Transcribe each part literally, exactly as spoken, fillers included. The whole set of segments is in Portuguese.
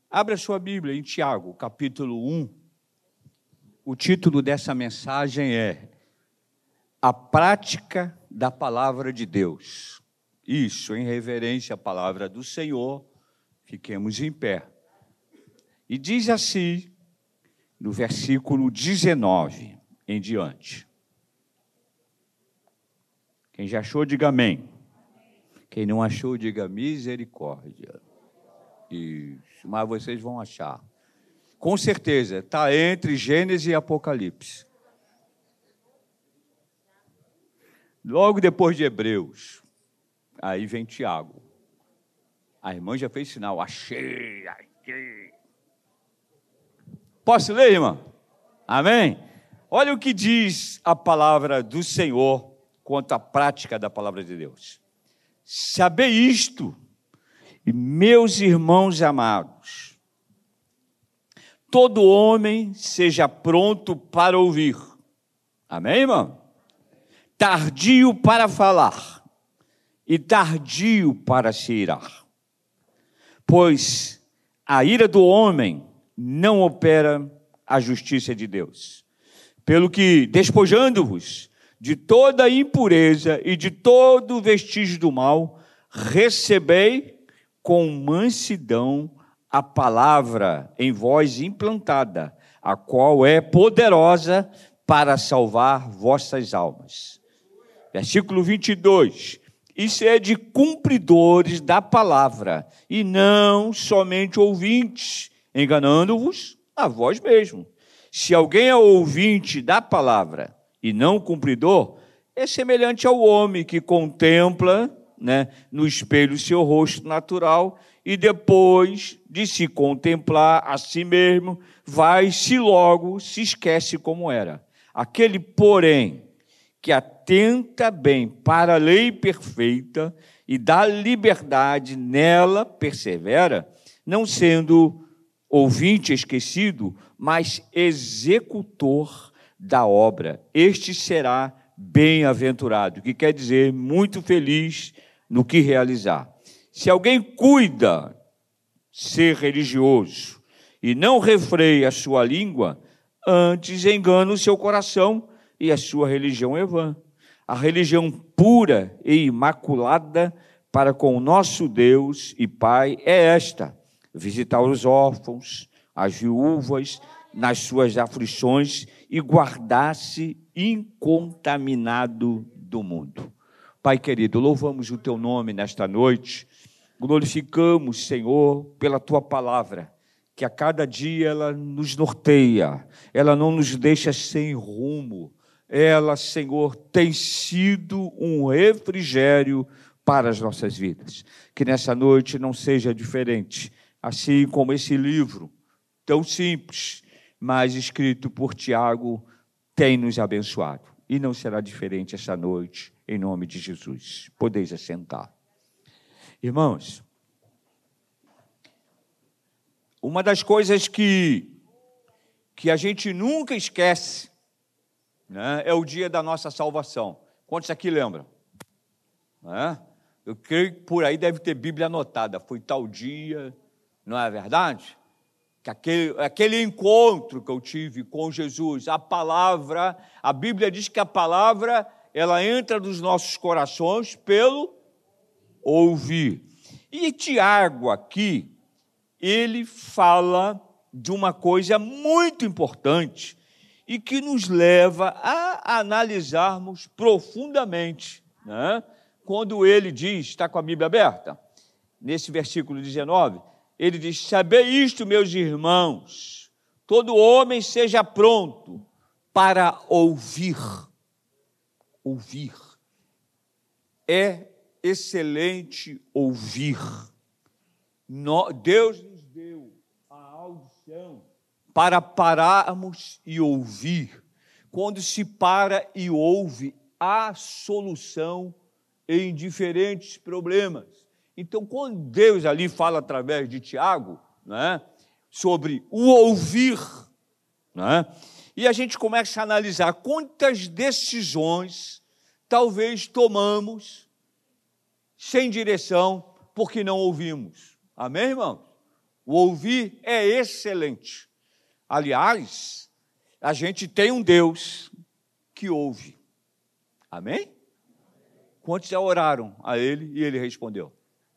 Abra sua Bíblia em Tiago, capítulo um. O título dessa mensagem é A Prática da Palavra de Deus. Isso, em reverência à palavra do Senhor, fiquemos em pé. E diz assim, no versículo dezenove em diante. Quem já achou, diga amém. Quem não achou, diga misericórdia. Isso, mas vocês vão achar. Com certeza, está entre Gênesis e Apocalipse. Logo depois de Hebreus, aí vem Tiago. A irmã já fez sinal, achei, achei. Posso ler, irmã? Amém? Olha o que diz a palavra do Senhor quanto à prática da palavra de Deus. Sabei isto, e meus irmãos amados, todo homem seja pronto para ouvir. Amém, irmão? Tardio para falar e tardio para se irar. Pois a ira do homem não opera a justiça de Deus. Pelo que, despojando-vos de toda a impureza e de todo vestígio do mal, recebei com mansidão a palavra em vós implantada, a qual é poderosa para salvar vossas almas. Versículo vinte e dois. E sede cumpridores da palavra, e não somente ouvintes, enganando-vos a vós mesmos. Se alguém é ouvinte da palavra e não cumpridor, é semelhante ao homem que contempla, né, no espelho seu rosto natural e depois de se contemplar a si mesmo, vai-se logo, se esquece como era. Aquele, porém, que atenta bem para a lei perfeita e da liberdade nela persevera, não sendo ouvinte esquecido, mas executor da obra. Este será bem-aventurado, que quer dizer muito feliz no que realizar. Se alguém cuida ser religioso e não refreia a sua língua, antes engana o seu coração e a sua religião é vã. A religião pura e imaculada para com o nosso Deus e Pai é esta: visitar os órfãos, as viúvas, nas suas aflições e guardar-se incontaminado do mundo. Pai querido, louvamos o Teu nome nesta noite, glorificamos, Senhor, pela Tua palavra, que a cada dia ela nos norteia, ela não nos deixa sem rumo, ela, Senhor, tem sido um refrigério para as nossas vidas. Que nessa noite não seja diferente, assim como esse livro, tão simples, mas escrito por Tiago, tem nos abençoado. E não será diferente essa noite, em nome de Jesus. Podeis assentar. Irmãos, uma das coisas que, que a gente nunca esquece, né, é o dia da nossa salvação. Quantos aqui lembram? Né? Eu creio que por aí deve ter Bíblia anotada. Foi tal dia, não é verdade? Que aquele, aquele encontro que eu tive com Jesus, a palavra, a Bíblia diz que a palavra, ela entra nos nossos corações pelo ouvir. E Tiago aqui, ele fala de uma coisa muito importante e que nos leva a analisarmos profundamente, né? Quando ele diz, está com a Bíblia aberta? Nesse versículo dezenove, ele diz: sabei isto, meus irmãos, todo homem seja pronto para ouvir. Ouvir. É excelente ouvir. Deus nos deu a audição para pararmos e ouvir. Quando se para e ouve, há solução em diferentes problemas. Então, quando Deus ali fala através de Tiago, né, sobre o ouvir, né, e a gente começa a analisar quantas decisões talvez tomamos sem direção porque não ouvimos. Amém, irmãos? O ouvir é excelente. Aliás, a gente tem um Deus que ouve. Amém? Quantos já oraram a Ele e Ele respondeu?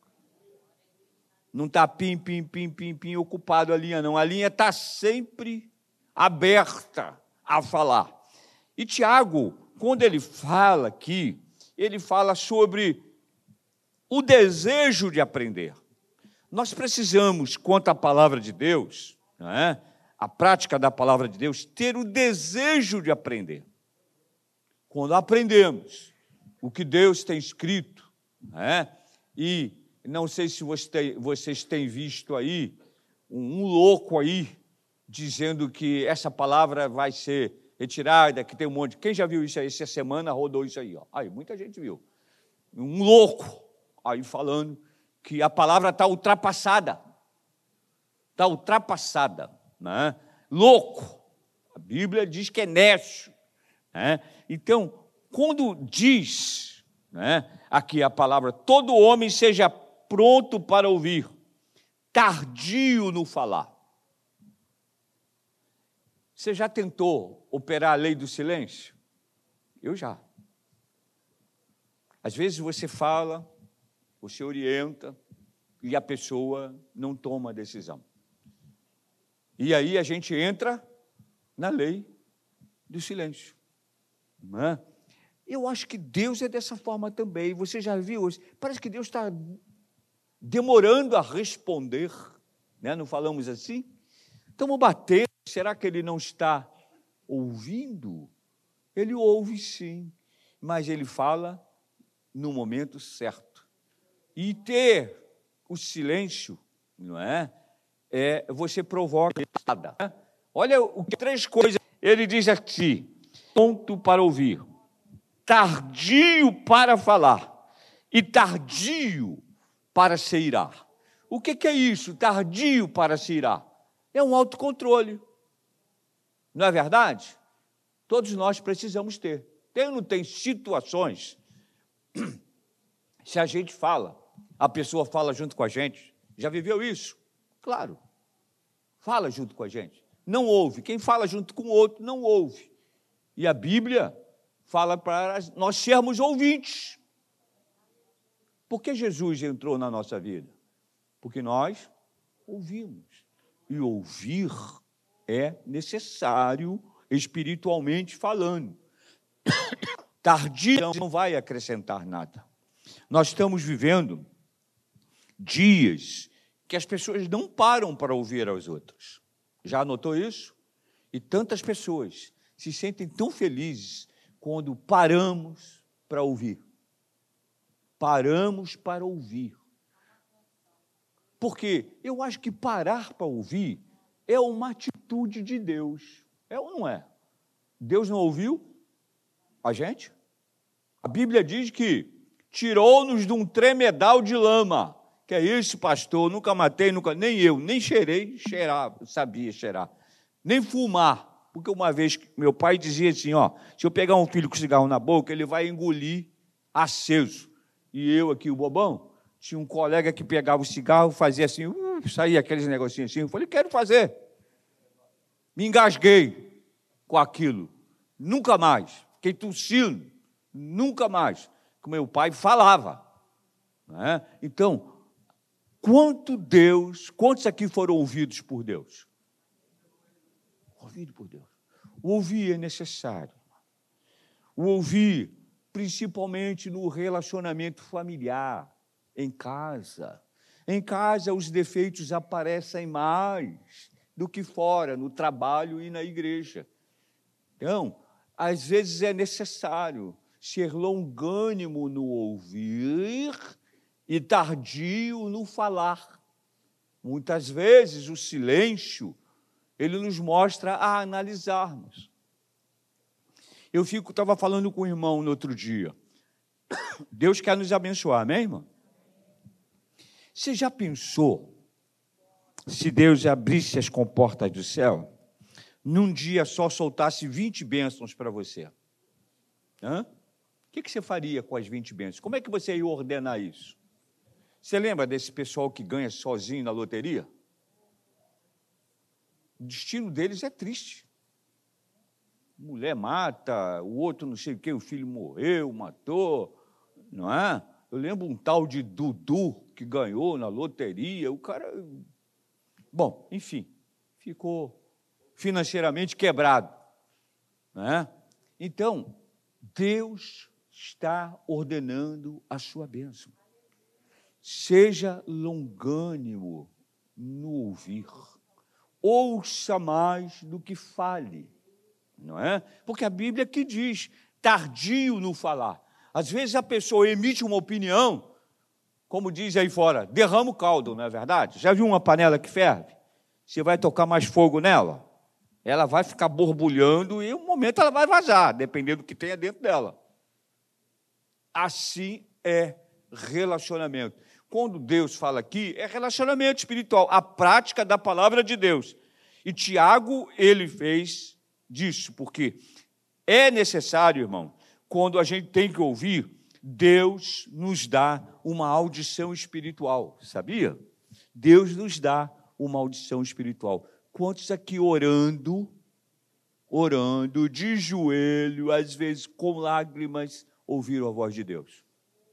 Não está pim, pim, pim, pim, pim, ocupado a linha, não. A linha está sempre aberta a falar. E Tiago, quando ele fala aqui, ele fala sobre o desejo de aprender. Nós precisamos, quanto à palavra de Deus, não é? A prática da palavra de Deus, ter o desejo de aprender. Quando aprendemos o que Deus tem escrito, não é? E não sei se vocês têm visto aí, um louco aí, dizendo que essa palavra vai ser retirada, que tem um monte. Quem já viu isso aí? Essa semana rodou isso aí. Ó. Aí, muita gente viu. Um louco aí falando que a palavra está ultrapassada. Está ultrapassada. Né? Louco. A Bíblia diz que é nécio. Né? Então, quando diz, né, aqui a palavra, todo homem seja pronto para ouvir, tardio no falar. Você já tentou operar a lei do silêncio? Eu já. Às vezes você fala, você orienta, e a pessoa não toma a decisão. E aí a gente entra na lei do silêncio. Não é? Eu acho que Deus é dessa forma também. Você já viu? Parece que Deus está demorando a responder. Né? Não falamos assim? Estamos batendo. Será que Ele não está ouvindo? Ele ouve sim, mas Ele fala no momento certo. E ter o silêncio, não é? É você provoca nada. Olha o que três coisas ele diz aqui: pronto para ouvir, tardio para falar e tardio para se irar. O que, que é isso? Tardio para se irar. É um autocontrole. Não é verdade? Todos nós precisamos ter. Tem ou não tem situações, se a gente fala, a pessoa fala junto com a gente. Já viveu isso? Claro. Fala junto com a gente. Não ouve. Quem fala junto com o outro, não ouve. E a Bíblia fala para nós sermos ouvintes. Por que Jesus entrou na nossa vida? Porque nós ouvimos. E ouvir é necessário, espiritualmente falando. Tardio não vai acrescentar nada. Nós estamos vivendo dias que as pessoas não param para ouvir aos outros. Já notou isso? E tantas pessoas se sentem tão felizes quando paramos para ouvir. Paramos para ouvir. Porque eu acho que parar para ouvir é uma atitude de Deus. É ou não é? Deus não ouviu a gente? A Bíblia diz que tirou-nos de um tremedal de lama. Que é isso, pastor? Nunca matei, nunca, nem eu, nem cheirei, cheirava, sabia cheirar. Nem fumar. Porque uma vez meu pai dizia assim, ó, se eu pegar um filho com cigarro na boca, ele vai engolir aceso. E eu aqui, o bobão, tinha um colega que pegava o cigarro, fazia assim, uh, saía aqueles negocinhos assim. Eu falei, quero fazer. Me engasguei com aquilo. Nunca mais. Fiquei tossindo. Nunca mais. Como meu pai falava. Né? Então, quanto Deus, quantos aqui foram ouvidos por Deus? Ouvido por Deus. O ouvir é necessário. O ouvir, principalmente no relacionamento familiar, em casa. Em casa, os defeitos aparecem mais do que fora, no trabalho e na igreja. Então, às vezes é necessário ser longânimo no ouvir e tardio no falar. Muitas vezes o silêncio, ele nos mostra a analisarmos. Eu fico, estava falando com o irmão no outro dia. Deus quer nos abençoar, amém, irmão? Você já pensou se Deus abrisse as comportas do céu, num dia só soltasse vinte bênçãos para você? Hã? O que você faria com as vinte bênçãos? Como é que você ia ordenar isso? Você lembra desse pessoal que ganha sozinho na loteria? o destino deles é triste. Mulher mata, o outro não sei o quê, o filho morreu, matou, não é? Eu lembro um tal de Dudu que ganhou na loteria, o cara... Bom, enfim, ficou financeiramente quebrado, não é? Então, Deus está ordenando a sua bênção. Seja longânimo no ouvir. Ouça mais do que fale, não é? Porque a Bíblia que diz, tardio no falar. Às vezes a pessoa emite uma opinião, como diz aí fora, derrama o caldo, não é verdade? Já viu uma panela que ferve? Você vai tocar mais fogo nela? Ela vai ficar borbulhando e um momento ela vai vazar, dependendo do que tenha dentro dela. Assim é relacionamento. Quando Deus fala aqui, é relacionamento espiritual, a prática da palavra de Deus. E Tiago, ele fez disso, porque é necessário, irmão, quando a gente tem que ouvir, Deus nos dá uma audição espiritual, sabia? Deus nos dá uma audição espiritual. Quantos aqui orando, orando, de joelho, às vezes com lágrimas, ouviram a voz de Deus?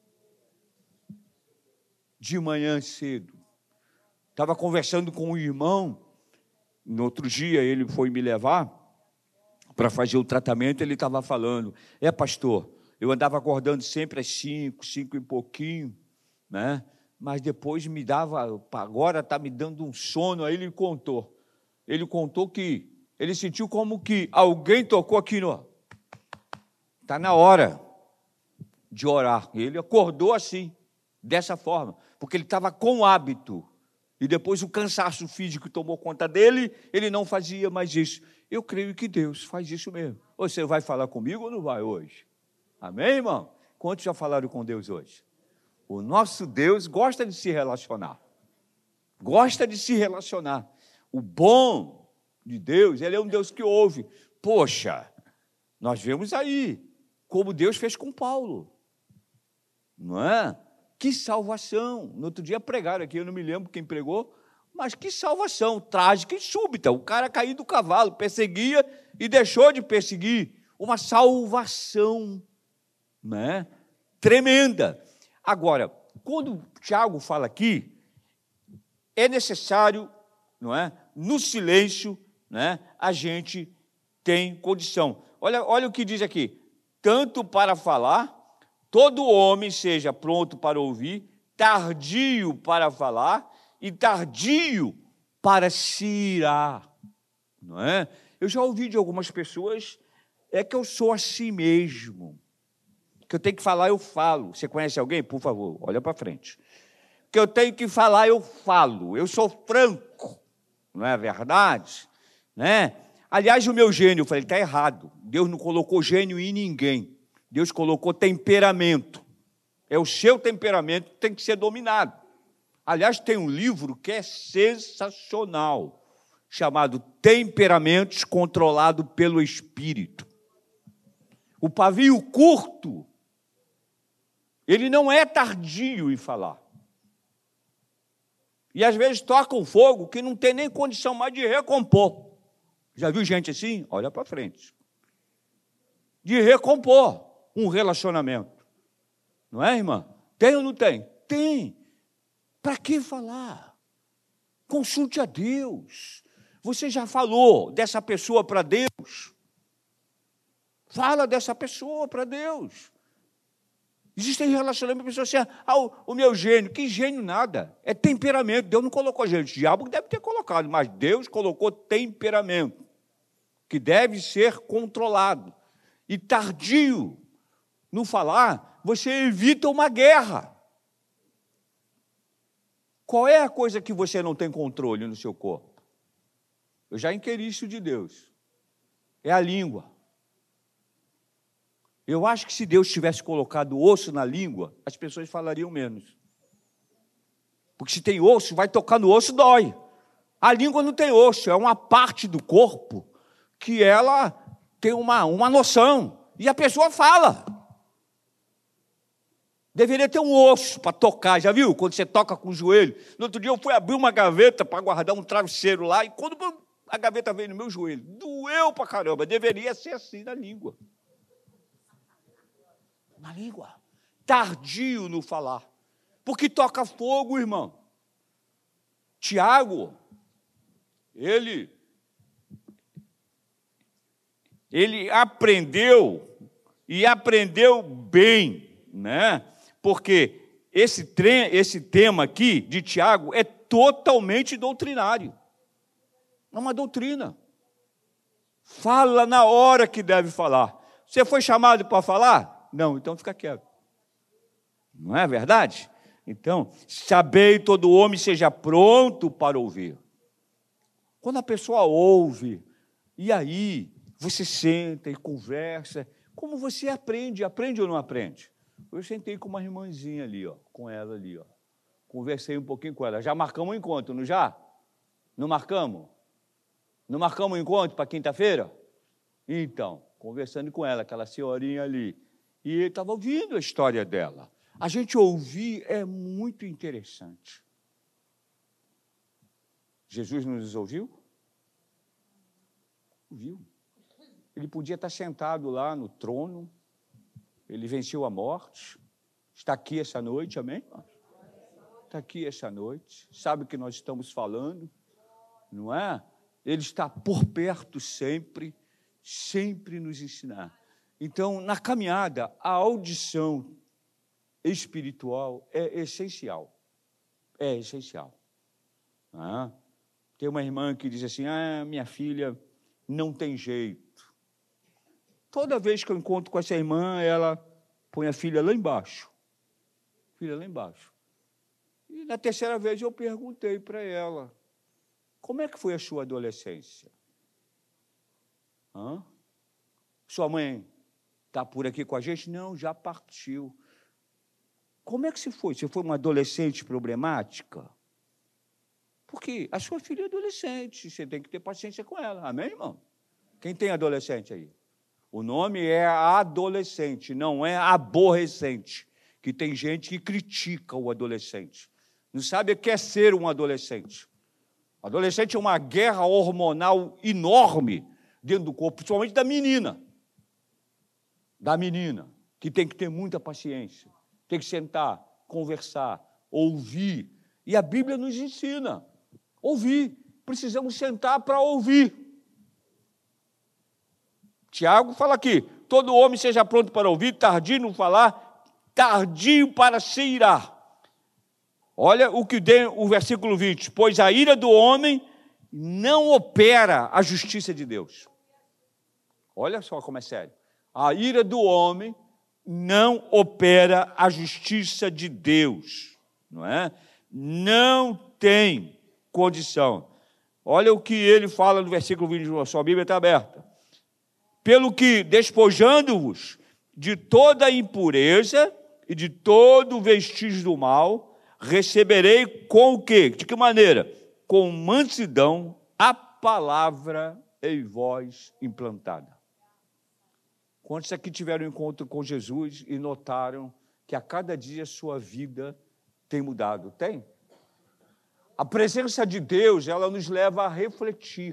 De manhã cedo. Estava conversando com um irmão, no outro dia ele foi me levar para fazer o tratamento, ele estava falando, é pastor, eu andava acordando sempre às cinco, cinco e pouquinho, né? Mas depois me dava, agora está me dando um sono, aí ele contou, ele contou que, ele sentiu como que alguém tocou aqui no, está na hora de orar, ele acordou assim, dessa forma, porque ele estava com hábito, e depois o cansaço físico tomou conta dele, ele não fazia mais isso. Eu creio que Deus faz isso mesmo. Você vai falar comigo ou não vai hoje? Amém, irmão? Quantos já falaram com Deus hoje? O nosso Deus gosta de se relacionar. Gosta de se relacionar. O bom de Deus, ele é um Deus que ouve. Poxa, nós vemos aí como Deus fez com Paulo. Não é? Que salvação! No outro dia pregaram aqui, eu não me lembro quem pregou, mas que salvação, trágica e súbita. O cara caiu do cavalo, perseguia e deixou de perseguir. Uma salvação, né? Tremenda. Agora, quando Tiago fala aqui, é necessário, não é? No silêncio, né? A gente tem condição. Olha, olha o que diz aqui. Tanto para falar, todo homem seja pronto para ouvir, tardio para falar e tardio para se irar, não é? Eu já ouvi de algumas pessoas, é que eu sou assim mesmo, que eu tenho que falar, eu falo. Você conhece alguém? Por favor, olha para frente. Que eu tenho que falar, eu falo, eu sou franco, não é verdade? Né? Aliás, o meu gênio, eu falei, está errado, Deus não colocou gênio em ninguém. Deus colocou temperamento. É o seu temperamento que tem que ser dominado. Aliás, tem um livro que é sensacional, chamado Temperamentos Controlados pelo Espírito. O pavio curto, ele não é tardio em falar. E às vezes toca um fogo que não tem nem condição mais de recompor. Já viu gente assim? Olha para frente. De recompor um relacionamento. Não é, irmã? Tem ou não tem? Tem. Para que falar? Consulte a Deus. Você já falou dessa pessoa para Deus? Fala dessa pessoa para Deus. Existem relacionamentos, pessoas assim, ah, o, o meu gênio, que gênio nada, é temperamento, Deus não colocou gênio, o diabo deve ter colocado, mas Deus colocou temperamento, que deve ser controlado, e tardio no falar, você evita uma guerra. Qual é a coisa que você não tem controle no seu corpo? Eu já inquiri isso de Deus, é a língua. Eu acho que se Deus tivesse colocado osso na língua, as pessoas falariam menos. Porque se tem osso, vai tocar no osso, dói. A língua não tem osso, é uma parte do corpo que ela tem uma, uma noção. E a pessoa fala. Deveria ter um osso para tocar, já viu? Quando você toca com o joelho. No outro dia eu fui abrir uma gaveta para guardar um travesseiro lá, e quando a gaveta veio no meu joelho, doeu pra caramba, deveria ser assim na língua. Na língua. Tardio no falar. Porque toca fogo, irmão. Tiago, ele, ele aprendeu, e aprendeu bem, né? Porque esse, tre- esse tema aqui de Tiago é totalmente doutrinário. É uma doutrina. Fala na hora que deve falar. Você foi chamado para falar? Não, então fica quieto. Não é verdade? Então, sabei todo homem seja pronto para ouvir. Quando a pessoa ouve, e aí você senta e conversa, como você aprende? Aprende ou não aprende? Eu sentei com uma irmãzinha ali, ó, com ela ali, ó. Conversei um pouquinho com ela. Já marcamos um encontro, não já? Não marcamos? Não marcamos um encontro para quinta-feira? Então, conversando com ela, aquela senhorinha ali, e eu estava ouvindo a história dela. A gente ouvir é muito interessante. Jesus nos ouviu? Ouviu. Ele podia estar sentado lá no trono, ele venceu a morte, está aqui essa noite, amém? Está aqui essa noite, sabe o que nós estamos falando, não é? Ele está por perto sempre, sempre nos ensinar. Então, na caminhada, a audição espiritual é essencial. É essencial. Ah, tem uma irmã que diz assim, ah, minha filha não tem jeito. Toda vez que eu encontro com essa irmã, ela põe a filha lá embaixo. Filha lá embaixo. E na terceira vez eu perguntei para ela, como é que foi a sua adolescência? Hã? Sua mãe está por aqui com a gente? Não, já partiu. Como é que você foi? Você foi uma adolescente problemática? Porque a sua filha é adolescente, você tem que ter paciência com ela. Amém, irmão? Quem tem adolescente aí? O nome é adolescente, não é aborrecente. Que tem gente que critica o adolescente. Não sabe o que é ser um adolescente. O adolescente é uma guerra hormonal enorme dentro do corpo, principalmente da menina. Da menina, que tem que ter muita paciência. Tem que sentar, conversar, ouvir. E a Bíblia nos ensina. Ouvir. Precisamos sentar para ouvir. Tiago fala aqui, todo homem seja pronto para ouvir, tardio no falar, tardio para se irar. Olha o que tem o versículo vinte. Pois a ira do homem não opera a justiça de Deus. Olha só como é sério. A ira do homem não opera a justiça de Deus. Não é? Não tem condição. Olha o que ele fala no versículo vinte, a sua Bíblia está aberta. Pelo que, despojando-vos de toda a impureza e de todo o vestígio do mal, receberei com o quê? De que maneira? Com mansidão a palavra em vós implantada. Quantos aqui tiveram um encontro com Jesus e notaram que a cada dia a sua vida tem mudado? Tem? A presença de Deus, ela nos leva a refletir.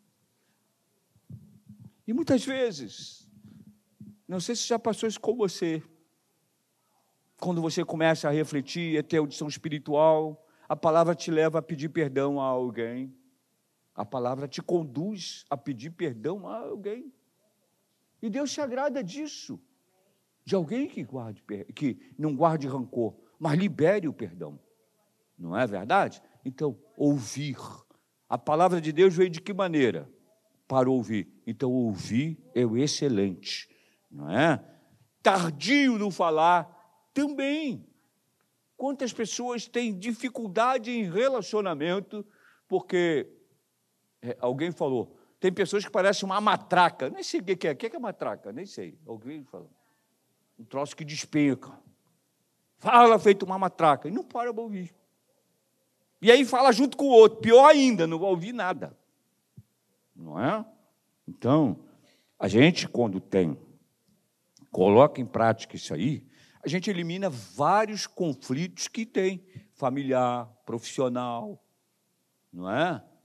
E muitas vezes, não sei se já passou isso com você, quando você começa a refletir, a ter audição espiritual, a palavra te leva a pedir perdão a alguém, a palavra te conduz a pedir perdão a alguém. E Deus se agrada disso, de alguém que, guarde, que não guarde rancor, mas libere o perdão. Não é verdade? Então, ouvir. A palavra de Deus veio de que maneira? Para ouvir. Então, ouvir é o excelente, não é? Tardio no falar, também. Quantas pessoas têm dificuldade em relacionamento, porque é, alguém falou, tem pessoas que parecem uma matraca, nem sei o que é, o que é matraca, nem sei, alguém falou, um troço que despenca, fala feito uma matraca, e não para para ouvir. E aí fala junto com o outro, pior ainda, não vai ouvir nada. Não é? Então, a gente, quando tem, coloca em prática isso aí, a gente elimina vários conflitos que tem, familiar, profissional, não é?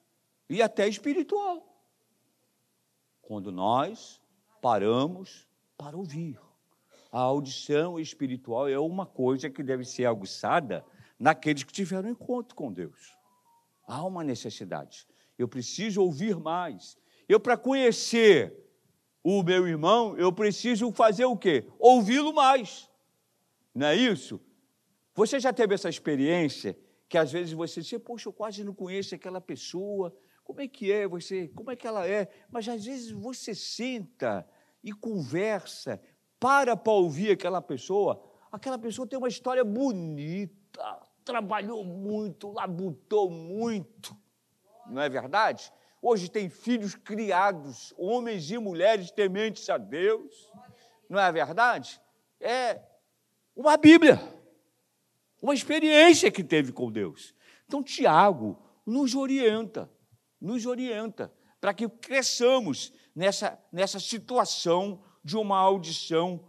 e até espiritual. Quando nós paramos para ouvir. A audição espiritual é uma coisa que deve ser aguçada naqueles que tiveram encontro com Deus. Há uma necessidade. Eu preciso ouvir mais. Eu, para conhecer o meu irmão, eu preciso fazer o quê? Ouvi-lo mais. Não é isso? Você já teve essa experiência que às vezes você diz, poxa, eu quase não conheço aquela pessoa, como é que é você, como é que ela é? Mas às vezes você senta e conversa, para para ouvir aquela pessoa, aquela pessoa tem uma história bonita, trabalhou muito, labutou muito, não é verdade? Hoje tem filhos criados, homens e mulheres tementes a Deus, não é verdade? É uma Bíblia, uma experiência que teve com Deus. Então, Tiago nos orienta, nos orienta, para que cresçamos nessa, nessa situação de uma audição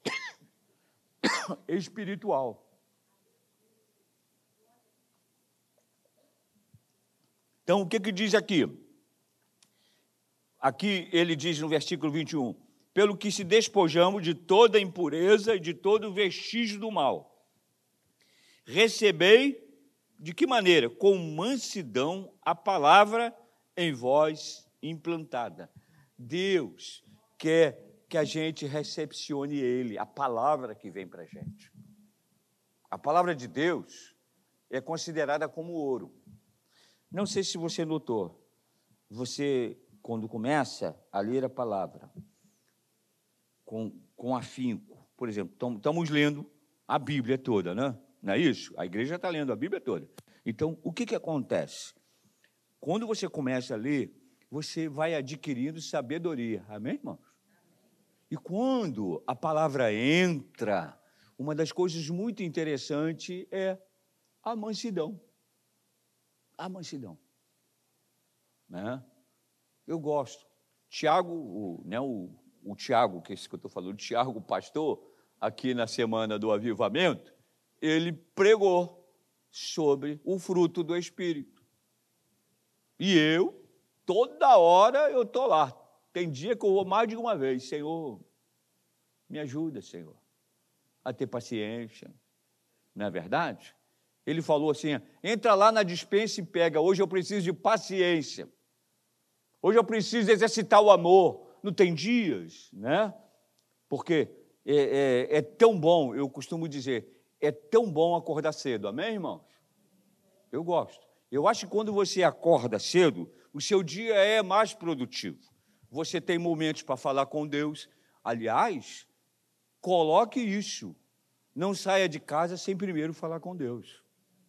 espiritual. Então, o que, que diz aqui? Aqui ele diz no versículo vinte e um, pelo que se despojamos de toda impureza e de todo vestígio do mal. Recebei, de que maneira? Com mansidão a palavra em vós implantada. Deus quer que a gente recepcione Ele, a palavra que vem para a gente. A palavra de Deus é considerada como ouro. Não sei se você notou, você, quando começa a ler a palavra com, com afinco, por exemplo, estamos lendo a Bíblia toda, né? Não é isso? A igreja está lendo a Bíblia toda. Então, o que, que acontece? Quando você começa a ler, você vai adquirindo sabedoria. Amém, irmãos? E quando a palavra entra, uma das coisas muito interessantes é a mansidão. A mansidão. Né? Eu gosto. Tiago, o, né, o, o Tiago, que é esse que eu estou falando, o Tiago, o pastor, aqui na semana do avivamento, ele pregou sobre o fruto do Espírito. E eu, toda hora, eu estou lá. Tem dia que eu vou mais de uma vez. Senhor, me ajuda, Senhor, a ter paciência. Não é verdade? Ele falou assim, entra lá na despensa e pega. Hoje eu preciso de paciência. Hoje eu preciso exercitar o amor. Não tem dias, né? Porque é, é, é tão bom, eu costumo dizer, é tão bom acordar cedo. Amém, irmãos? Eu gosto. Eu acho que quando você acorda cedo, o seu dia é mais produtivo. Você tem momentos para falar com Deus. Aliás, coloque isso. Não saia de casa sem primeiro falar com Deus.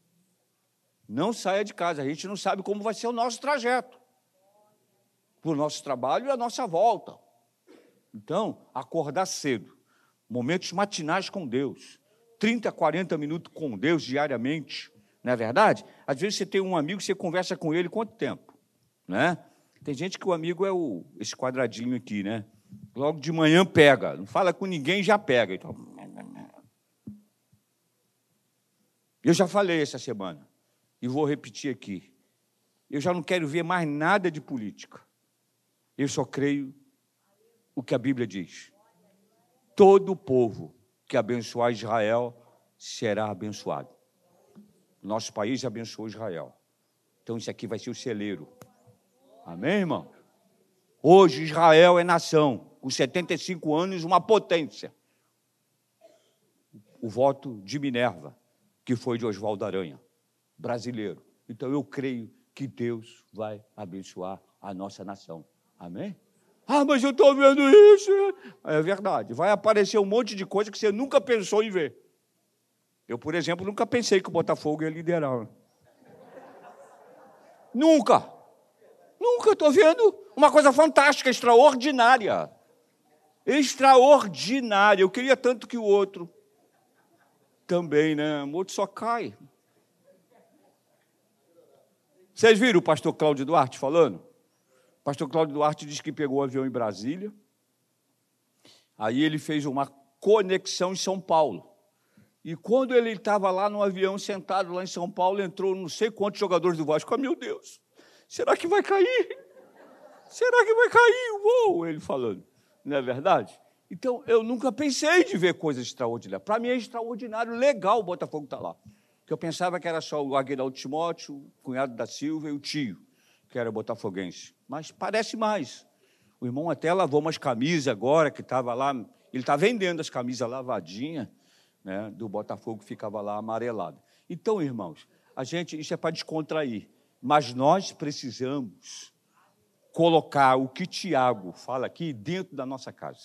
Não saia de casa. A gente não sabe como vai ser o nosso trajeto. Para o nosso trabalho e a nossa volta. Então, acordar cedo. Momentos matinais com Deus. trinta, quarenta minutos com Deus diariamente. Não é verdade? Às vezes você tem um amigo que você conversa com ele quanto tempo? Né? Tem gente que o amigo é o, esse quadradinho aqui, né? Logo de manhã pega. Não fala com ninguém, já pega. Então, eu já falei essa semana. E vou repetir aqui. Eu já não quero ver mais nada de política. Eu só creio o que a Bíblia diz. Todo povo que abençoar Israel será abençoado. Nosso país abençoou Israel. Então, isso aqui vai ser o celeiro. Amém, irmão? Hoje, Israel é nação. Com setenta e cinco anos, uma potência. O voto de Minerva, que foi de Oswaldo Aranha, brasileiro. Então, eu creio que Deus vai abençoar a nossa nação. Amém? Ah, mas eu estou vendo isso. É verdade. Vai aparecer um monte de coisa que você nunca pensou em ver. Eu, por exemplo, nunca pensei que o Botafogo ia liderar. Nunca. Nunca. Estou vendo uma coisa fantástica, extraordinária. Extraordinária. Eu queria tanto que o outro também, né? O outro só cai. Vocês viram o pastor Cláudio Duarte falando? O pastor Cláudio Duarte disse que pegou o avião em Brasília. Aí ele fez uma conexão em São Paulo. E quando ele estava lá no avião, sentado lá em São Paulo, entrou não sei quantos jogadores do Vasco. Ah, meu Deus, será que vai cair? Será que vai cair? Uou, ele falando. Não é verdade? Então, eu nunca pensei de ver coisas extraordinárias. Para mim é extraordinário, legal o Botafogo estar lá. Porque eu pensava que era só o Aguinaldo Timóteo, o cunhado da Silva e o tio, que era botafoguense. Mas parece mais. O irmão até lavou umas camisas agora, que estava lá, ele está vendendo as camisas lavadinhas, né, do Botafogo, que ficava lá amarelado. Então, irmãos, a gente, isso é para descontrair, mas nós precisamos colocar o que Tiago fala aqui dentro da nossa casa.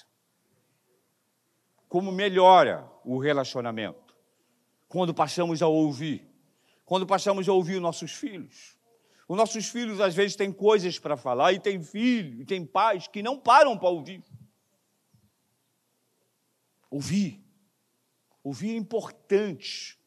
Como melhora o relacionamento. Quando passamos a ouvir. Quando passamos a ouvir os nossos filhos. Os nossos filhos, às vezes, têm coisas para falar, e tem filhos, e tem pais que não param para ouvir. Ouvir. Ouvir é importante.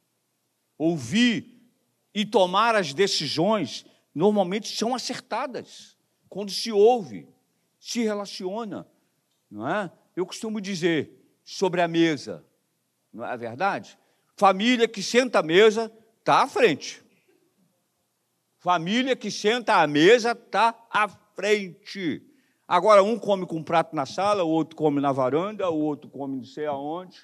Ouvir e tomar as decisões, normalmente, são acertadas. Quando se ouve, se relaciona. Não é? Eu costumo dizer sobre a mesa, não é verdade? Família que senta à mesa está à frente. Família que senta à mesa está à frente. Agora, um come com um prato na sala, o outro come na varanda, o outro come não sei aonde.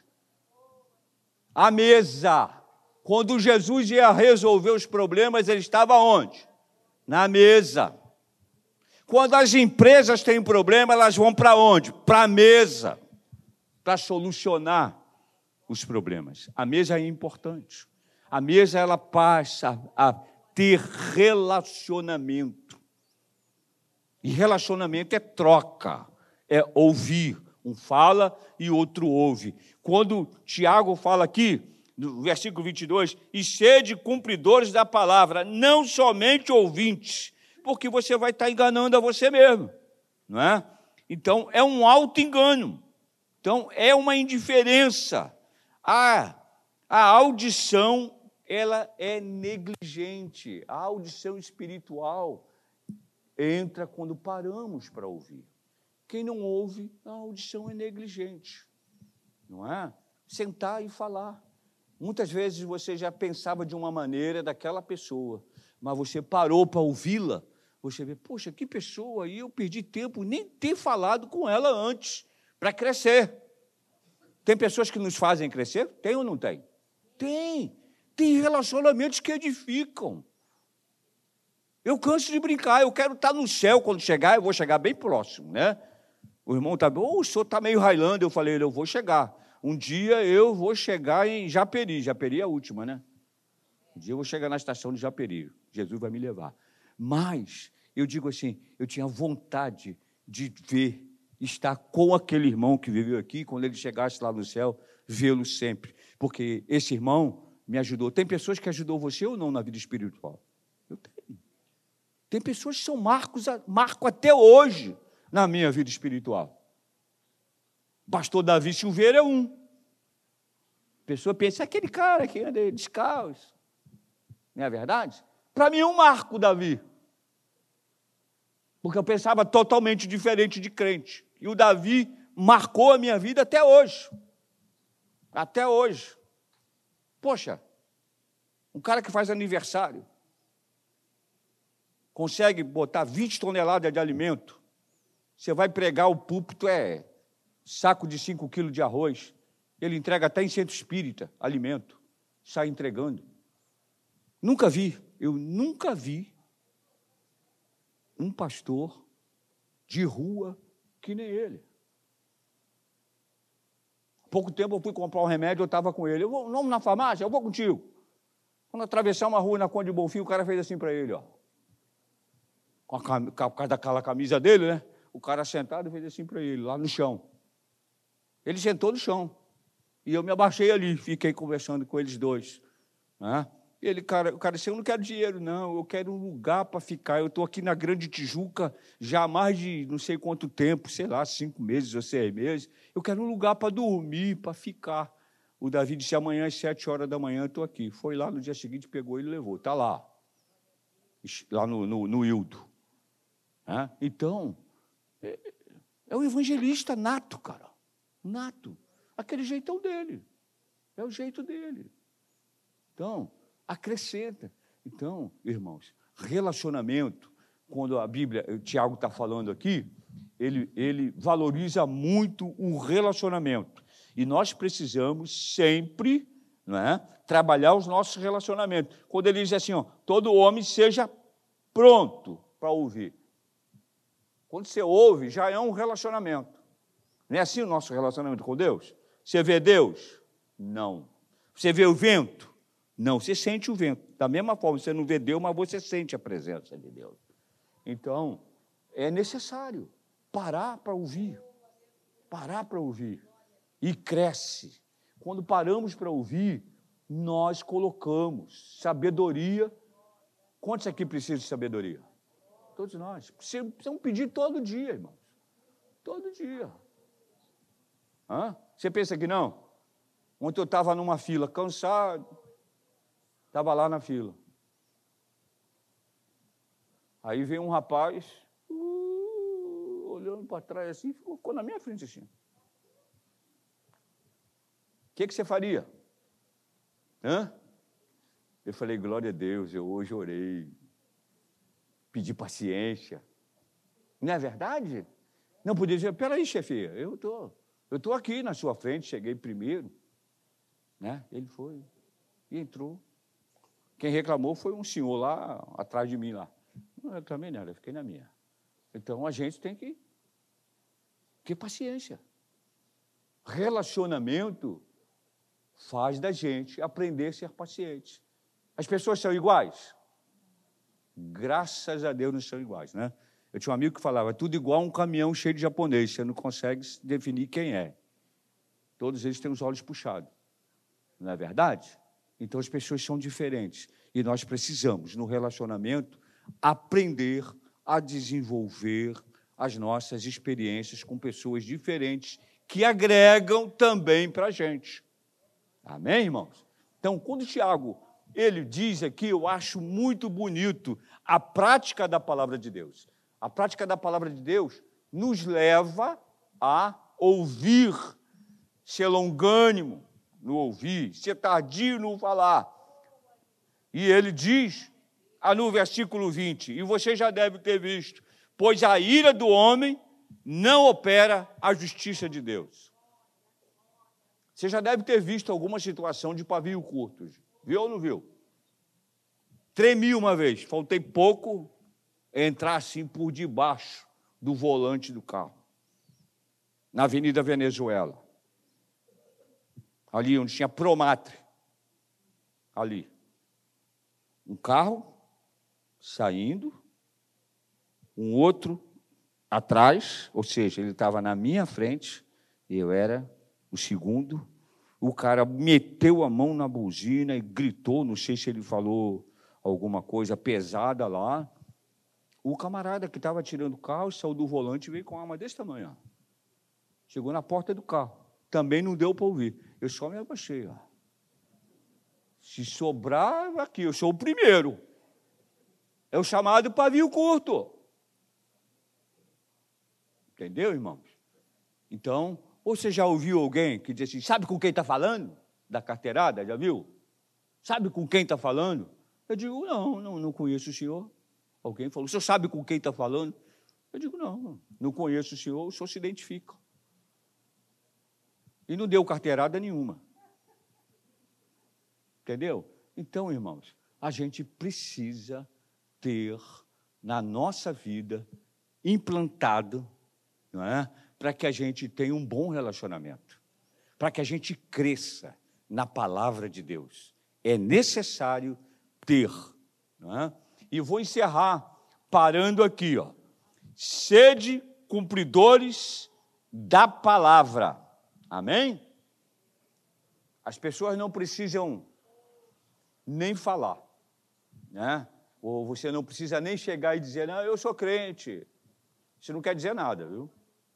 A mesa. Quando Jesus ia resolver os problemas, ele estava onde? Na mesa. Quando as empresas têm problema, elas vão para onde? Para a mesa. Para solucionar os problemas. A mesa é importante. A mesa, ela passa a ter relacionamento. E relacionamento é troca, é ouvir. Um fala e outro ouve. Quando Tiago fala aqui, no versículo vinte e dois, e sede cumpridores da palavra, não somente ouvintes, porque você vai estar enganando a você mesmo, não é? Então, é um auto-engano. Então, é uma indiferença. A, a audição, ela é negligente. A audição espiritual entra quando paramos para ouvir. Quem não ouve, a audição é negligente. Não é? Sentar e falar. Muitas vezes você já pensava de uma maneira daquela pessoa, mas você parou para ouvi-la, você vê, poxa, que pessoa, e eu perdi tempo nem ter falado com ela antes, para crescer. Tem pessoas que nos fazem crescer? Tem ou não tem? Tem. Tem relacionamentos que edificam. Eu canso de brincar, eu quero estar no céu quando chegar, eu vou chegar bem próximo, né? O irmão está, oh, o senhor está meio railando, eu falei, eu vou chegar. Um dia eu vou chegar em Japeri, Japeri é a última, né? Um dia eu vou chegar na estação de Japeri, Jesus vai me levar. Mas, eu digo assim, eu tinha vontade de ver, estar com aquele irmão que viveu aqui, quando ele chegasse lá no céu, vê-lo sempre. Porque esse irmão me ajudou. Tem pessoas que ajudou você ou não na vida espiritual? Eu tenho. Tem pessoas que são marcos, marco até hoje na minha vida espiritual. Pastor Davi Silveira é um. A pessoa pensa, aquele cara que anda descalço. Não é verdade? Para mim é um marco, Davi. Porque eu pensava totalmente diferente de crente. E o Davi marcou a minha vida até hoje. Até hoje. Poxa, um cara que faz aniversário, consegue botar vinte toneladas de alimento, você vai pregar o púlpito, é saco de cinco quilos de arroz, ele entrega até em centro espírita, alimento, sai entregando. Nunca vi, eu nunca vi um pastor de rua que nem ele. Há pouco tempo eu fui comprar um remédio, eu estava com ele, eu vou, vamos na farmácia, eu vou contigo. Quando atravessar uma rua na Conde de Bonfim, o cara fez assim para ele, ó. Com a, por causa daquela camisa dele, né? O cara sentado fez assim para ele, lá no chão. Ele sentou no chão. E eu me abaixei ali, fiquei conversando com eles dois. Né? Ele, cara, o cara disse, eu não quero dinheiro, não, eu quero um lugar para ficar. Eu estou aqui na Grande Tijuca já há mais de não sei quanto tempo, sei lá, cinco meses ou seis meses. Eu quero um lugar para dormir, para ficar. O Davi disse, amanhã às sete horas da manhã eu estou aqui. Foi lá no dia seguinte, pegou e levou. Está lá. Lá no, no, no Hildo. É? Então, é, é um evangelista nato, cara. Nato. Aquele jeitão dele. É o jeito dele. Então, acrescenta. Então, irmãos, relacionamento quando a Bíblia, o Tiago está falando aqui, ele, ele valoriza muito o relacionamento. E nós precisamos sempre, não é, trabalhar os nossos relacionamentos. Quando ele diz assim, ó, todo homem seja pronto para ouvir. Quando você ouve, já é um relacionamento. Não é assim o nosso relacionamento com Deus? Você vê Deus? Não. Você vê o vento? Não. Você sente o vento. Da mesma forma, você não vê Deus, mas você sente a presença de Deus. Então, é necessário parar para ouvir. Parar para ouvir. E cresce. Quando paramos para ouvir, nós colocamos sabedoria. Quantos aqui precisam de sabedoria? Todos nós. Precisamos pedir todo dia, irmãos. Todo dia. Hã? Você pensa que não? Ontem eu estava numa fila, cansado, estava lá na fila. Aí veio um rapaz, uh, olhando para trás assim, ficou na minha frente assim. O que, que você faria? Hã? Eu falei, glória a Deus, eu hoje orei, pedi paciência. Não é verdade? Não podia dizer, peraí, chefia, eu tô, eu estou aqui na sua frente, cheguei primeiro. Né? Ele foi e entrou. Quem reclamou foi um senhor lá atrás de mim lá. Não reclamei nada, eu fiquei na minha. Então a gente tem que ter paciência. Relacionamento faz da gente aprender a ser paciente. As pessoas são iguais? Graças a Deus não são iguais, né? Eu tinha um amigo que falava, tudo igual a um caminhão cheio de japonês, você não consegue definir quem é. Todos eles têm os olhos puxados. Não é verdade? Então, as pessoas são diferentes. E nós precisamos, no relacionamento, aprender a desenvolver as nossas experiências com pessoas diferentes que agregam também para a gente. Amém, irmãos? Então, quando o Tiago, ele diz aqui, eu acho muito bonito a prática da palavra de Deus. A prática da palavra de Deus nos leva a ouvir, ser longânimo no ouvir, ser tardio no falar. E ele diz, ah, no versículo vinte, e você já deve ter visto, pois a ira do homem não opera a justiça de Deus. Você já deve ter visto alguma situação de pavio curto. Viu ou não viu? Tremi uma vez, faltei pouco entrar assim por debaixo do volante do carro, na Avenida Venezuela. Ali onde tinha Promatre, ali. Um carro saindo, um outro atrás, ou seja, ele estava na minha frente, eu era o segundo. O cara meteu a mão na buzina e gritou, não sei se ele falou alguma coisa pesada lá. O camarada que estava tirando o carro saiu do volante e veio com uma arma desse tamanho. Ó. Chegou na porta do carro. Também não deu para ouvir. Eu só me abaixei. Ó. Se sobrar, aqui, eu sou o primeiro. É o chamado pavio curto. Entendeu, irmãos? Então, ou você já ouviu alguém que diz assim, sabe com quem está falando? Da carteirada, já viu? Sabe com quem está falando? Eu digo, não, não, não conheço o senhor. Alguém falou, o senhor sabe com quem está falando? Eu digo, não, não conheço o senhor, o senhor se identifica. E não deu carteirada nenhuma. Entendeu? Então, irmãos, a gente precisa ter na nossa vida implantado, não é? Para que a gente tenha um bom relacionamento, para que a gente cresça na palavra de Deus. É necessário ter. Não é? E vou encerrar parando aqui. Ó. Sede cumpridores da palavra. Amém? As pessoas não precisam nem falar, né? Ou você não precisa nem chegar e dizer, não, eu sou crente. Isso não quer dizer nada, viu?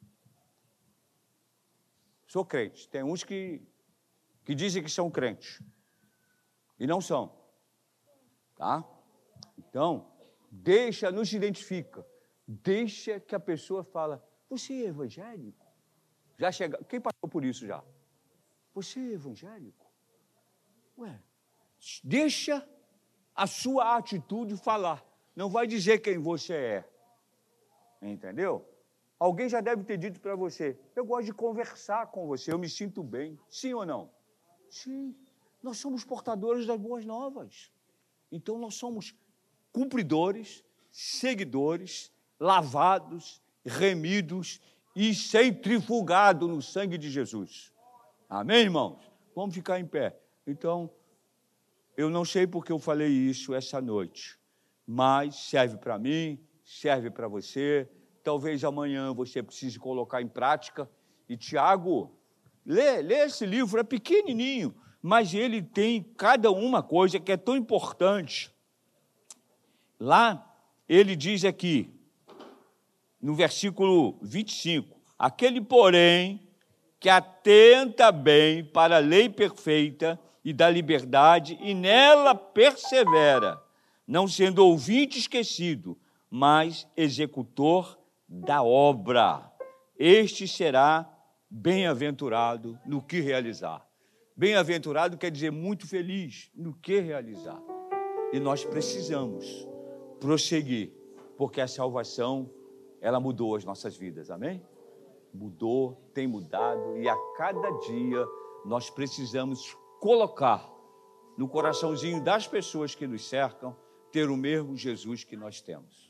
Sou crente. Tem uns que, que dizem que são crentes e não são, tá? Então, deixa, não se identifica. Deixa que a pessoa fala, você é evangélico? Já chega, quem passou por isso já? Você é evangélico? Ué, deixa a sua atitude falar. não vai dizer quem você é. Entendeu? Alguém já deve ter dito para você, eu gosto de conversar com você, eu me sinto bem. Sim ou não? Sim. Nós somos portadores das boas novas. Então, nós somos cumpridores, seguidores, lavados, remidos e centrifugados no sangue de Jesus. Amém, irmãos? Vamos ficar em pé. Então, eu não sei porque eu falei isso essa noite, mas serve para mim, serve para você. Talvez amanhã você precise colocar em prática. E, Tiago, lê, lê esse livro, é pequenininho, mas ele tem cada uma coisa que é tão importante. Lá, ele diz aqui, no versículo vinte e cinco, aquele, porém, que atenta bem para a lei perfeita e da liberdade, e nela persevera, não sendo ouvinte esquecido, mas executor da obra. Este será bem-aventurado no que realizar. Bem-aventurado quer dizer muito feliz no que realizar. E nós precisamos prosseguir, porque a salvação, ela mudou as nossas vidas, amém? Mudou, tem mudado, e a cada dia nós precisamos colocar no coraçãozinho das pessoas que nos cercam, ter o mesmo Jesus que nós temos.